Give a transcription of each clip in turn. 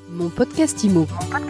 Mon podcast IMO.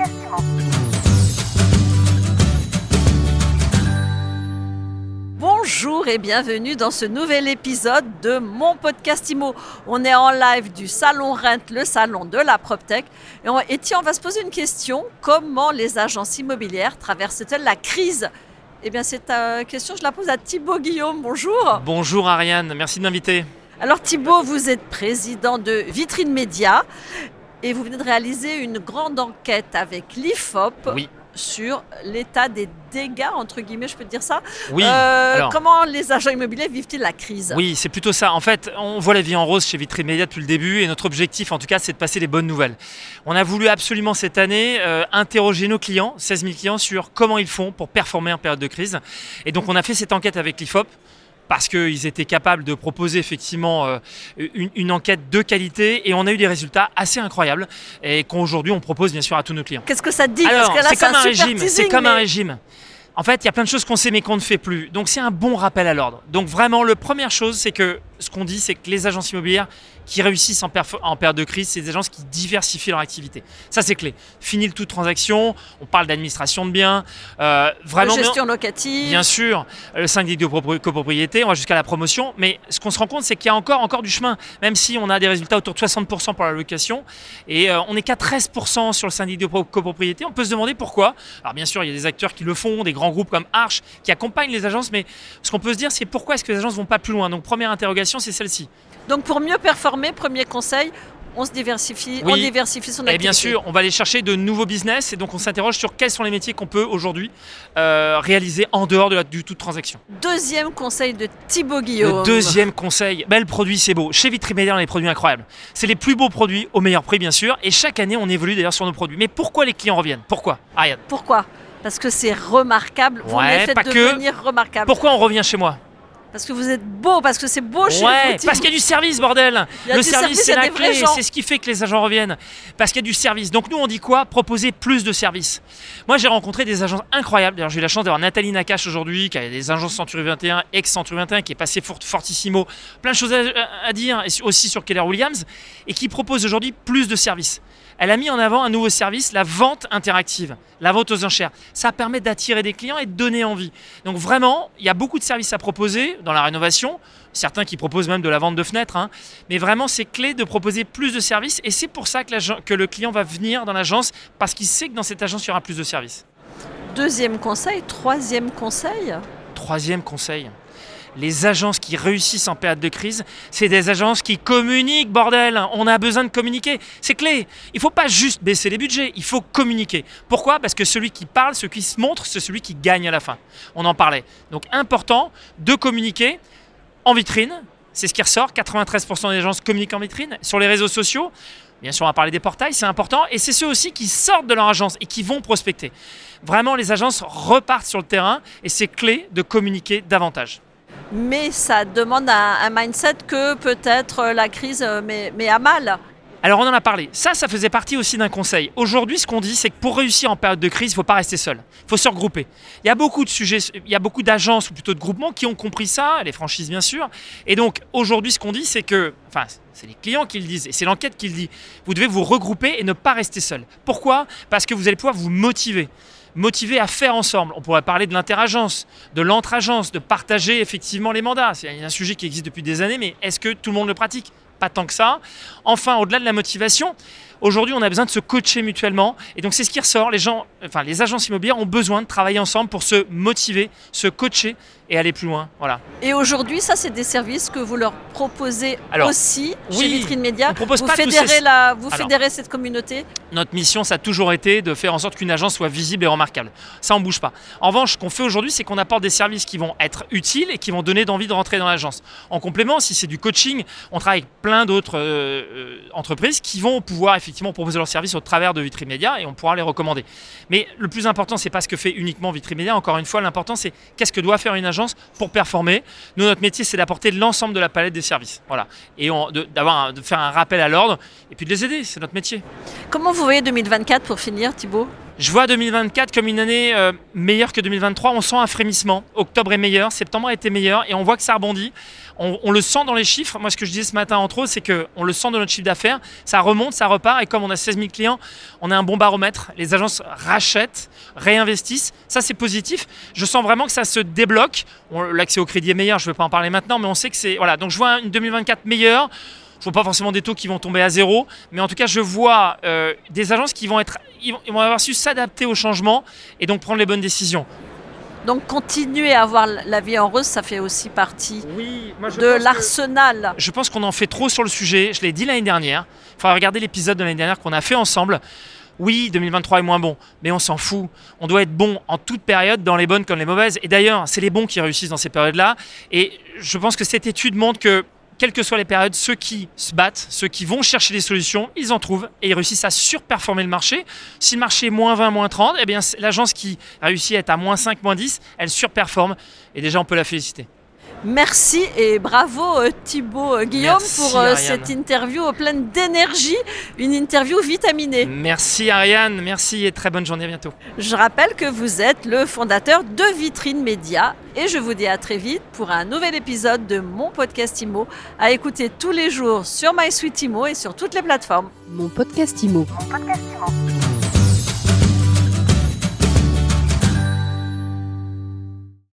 Bonjour et bienvenue dans ce nouvel épisode de Mon podcast IMO. On est en live du Salon Rent, le salon de la PropTech. Et tiens, on va se poser une question. Comment les agences immobilières traversent-elles la crise ? Eh bien, cette question, je la pose à Thibaut Guillaume. Bonjour. Bonjour Ariane, merci de m'inviter. Alors Thibaut, vous êtes président de Vitrine Média et vous venez de réaliser une grande enquête avec l'IFOP. Oui. Sur l'état des dégâts, entre guillemets, je peux te dire ça. Oui. Comment les agents immobiliers vivent-ils la crise ? Oui, c'est plutôt ça. En fait, on voit la vie en rose chez Vitrine Média depuis le début et notre objectif, en tout cas, c'est de passer les bonnes nouvelles. On a voulu absolument cette année interroger nos clients, 16 000 clients, sur comment ils font pour performer en période de crise. Et donc, on a fait cette enquête avec l'IFOP, parce qu'ils étaient capables de proposer effectivement une enquête de qualité et on a eu des résultats assez incroyables et qu'aujourd'hui on propose bien sûr à tous nos clients. Qu'est-ce que ça dit ? Alors, parce que là, c'est comme un super régime, teasing, c'est comme mais... un régime. En fait, il y a plein de choses qu'on sait mais qu'on ne fait plus. Donc c'est un bon rappel à l'ordre. Donc vraiment, la première chose, c'est que ce qu'on dit, c'est que les agences immobilières qui réussissent en période de crise, c'est des agences qui diversifient leur activité. Ça, c'est clé. Fini le tout transaction, on parle d'administration de biens, vraiment... De gestion locative. Bien sûr, le syndic de copropriété, on va jusqu'à la promotion. Mais ce qu'on se rend compte, c'est qu'il y a encore du chemin. Même si on a des résultats autour de 60% pour la location et on n'est qu'à 13% sur le syndic de copropriété, on peut se demander pourquoi. Alors bien sûr, il y a des acteurs qui le font, des grands groupes comme Arch qui accompagnent les agences, mais ce qu'on peut se dire, c'est pourquoi est-ce que les agences ne vont pas plus loin. Donc première interrogation, c'est celle-ci. Donc pour mieux performer, premier conseil, on se diversifie, oui. On diversifie son activité. Et bien sûr, on va aller chercher de nouveaux business et donc on s'interroge sur quels sont les métiers qu'on peut aujourd'hui réaliser en dehors du tout de transaction. Deuxième conseil de Thibaut Guillaume. Le deuxième conseil, le produit c'est beau. Chez Vitrine Média, on a des produits incroyables. C'est les plus beaux produits au meilleur prix bien sûr et chaque année on évolue d'ailleurs sur nos produits. Mais pourquoi les clients reviennent ? Pourquoi ? Ariane ? Pourquoi ? Parce que c'est remarquable, vous les faites devenir remarquable. Pourquoi on revient chez moi ? Parce que vous êtes beau, parce que c'est beau chez vous. Parce qu'il y a du service, bordel. Le service, c'est la clé, c'est ce qui fait que les agents reviennent. Parce qu'il y a du service. Donc nous, on dit quoi ? Proposer plus de services. Moi, j'ai rencontré des agences incroyables. D'ailleurs, j'ai eu la chance d'avoir Nathalie Nakache aujourd'hui, qui a des agences Century 21, ex-Century 21, qui est passée Fortissimo. Plein de choses à dire, et aussi sur Keller Williams, et qui propose aujourd'hui plus de services. Elle a mis en avant un nouveau service, la vente interactive, la vente aux enchères. Ça permet d'attirer des clients et de donner envie. Donc vraiment, il y a beaucoup de services à proposer dans la rénovation, certains qui proposent même de la vente de fenêtres, mais vraiment c'est clé de proposer plus de services et c'est pour ça que le client va venir dans l'agence parce qu'il sait que dans cette agence, il y aura plus de services. Deuxième conseil, troisième conseil. Troisième conseil. Les agences qui réussissent en période de crise, c'est des agences qui communiquent, bordel. On a besoin de communiquer. C'est clé. Il ne faut pas juste baisser les budgets, il faut communiquer. Pourquoi ? Parce que celui qui parle, celui qui se montre, c'est celui qui gagne à la fin. On en parlait. Donc important de communiquer en vitrine. C'est ce qui ressort. 93% des agences communiquent en vitrine. Sur les réseaux sociaux, bien sûr, on va parler des portails, c'est important. Et c'est ceux aussi qui sortent de leur agence et qui vont prospecter. Vraiment, les agences repartent sur le terrain et c'est clé de communiquer davantage. Mais ça demande un mindset que peut-être la crise met à mal. Alors on en a parlé. Ça faisait partie aussi d'un conseil. Aujourd'hui, ce qu'on dit, c'est que pour réussir en période de crise, il ne faut pas rester seul. Il faut se regrouper. Il y a beaucoup de sujets, il y a beaucoup d'agences ou plutôt de groupements qui ont compris ça, les franchises bien sûr. Et donc aujourd'hui, ce qu'on dit, c'est que, c'est les clients qui le disent et c'est l'enquête qui le dit. Vous devez vous regrouper et ne pas rester seul. Pourquoi ? Parce que vous allez pouvoir vous motiver à faire ensemble. On pourrait parler de l'interagence, de l'entre-agence, de partager effectivement les mandats. C'est un sujet qui existe depuis des années, mais est-ce que tout le monde le pratique ? Pas tant que ça. Enfin, au-delà de la motivation, aujourd'hui, on a besoin de se coacher mutuellement. Et donc, c'est ce qui ressort. Les agences immobilières ont besoin de travailler ensemble pour se motiver, se coacher et aller plus loin. Voilà. Et aujourd'hui, ça, c'est des services que vous leur proposez aussi chez oui, Vitrine Média. On propose vous pas fédérez cette communauté. Notre mission, ça a toujours été de faire en sorte qu'une agence soit visible et remarquable. Ça, on ne bouge pas. En revanche, ce qu'on fait aujourd'hui, c'est qu'on apporte des services qui vont être utiles et qui vont donner d'envie de rentrer dans l'agence. En complément, si c'est du coaching, on travaille avec plein d'autres entreprises qui vont pouvoir effectivement proposer leurs services au travers de Vitrine Média et on pourra les recommander. Mais le plus important, c'est pas ce que fait uniquement Vitrine Média. Encore une fois, l'important, c'est qu'est-ce que doit faire une agence pour performer. Nous, notre métier, c'est d'apporter l'ensemble de la palette des services. Voilà. Et de faire un rappel à l'ordre et puis de les aider. C'est notre métier. Comment vous voyez 2024 pour finir, Thibaut ? Je vois 2024 comme une année meilleure que 2023. On sent un frémissement. Octobre est meilleur, septembre a été meilleur et on voit que ça rebondit. On le sent dans les chiffres. Moi, ce que je disais ce matin, entre autres, c'est qu'on le sent dans notre chiffre d'affaires. Ça remonte, ça repart. Et comme on a 16 000 clients, on a un bon baromètre. Les agences rachètent, réinvestissent. Ça, c'est positif. Je sens vraiment que ça se débloque. L'accès au crédit est meilleur. Je ne vais pas en parler maintenant, mais on sait que c'est... Voilà. Donc, je vois une 2024 meilleure. Je ne vois pas forcément des taux qui vont tomber à zéro. Mais en tout cas, je vois des agences qui vont avoir su s'adapter au changement et donc prendre les bonnes décisions. Donc continuer à avoir la vie en rose, ça fait aussi partie de l'arsenal. Je pense qu'on en fait trop sur le sujet. Je l'ai dit l'année dernière. Il faudra regarder l'épisode de l'année dernière qu'on a fait ensemble. Oui, 2023 est moins bon, mais on s'en fout. On doit être bon en toute période, dans les bonnes comme les mauvaises. Et d'ailleurs, c'est les bons qui réussissent dans ces périodes-là. Et je pense que cette étude montre que quelles que soient les périodes, ceux qui se battent, ceux qui vont chercher des solutions, ils en trouvent et ils réussissent à surperformer le marché. Si le marché est moins 20, moins 30, eh bien, l'agence qui réussit à être à moins 5, moins 10, elle surperforme et déjà on peut la féliciter. Merci et bravo Thibaut Guillaume. Merci, pour cette interview pleine d'énergie, une interview vitaminée. Merci Ariane, merci et très bonne journée, à bientôt. Je rappelle que vous êtes le fondateur de Vitrine Média et je vous dis à très vite pour un nouvel épisode de mon podcast IMO à écouter tous les jours sur MySuite IMO et sur toutes les plateformes. Mon podcast IMO. Mon podcast IMO.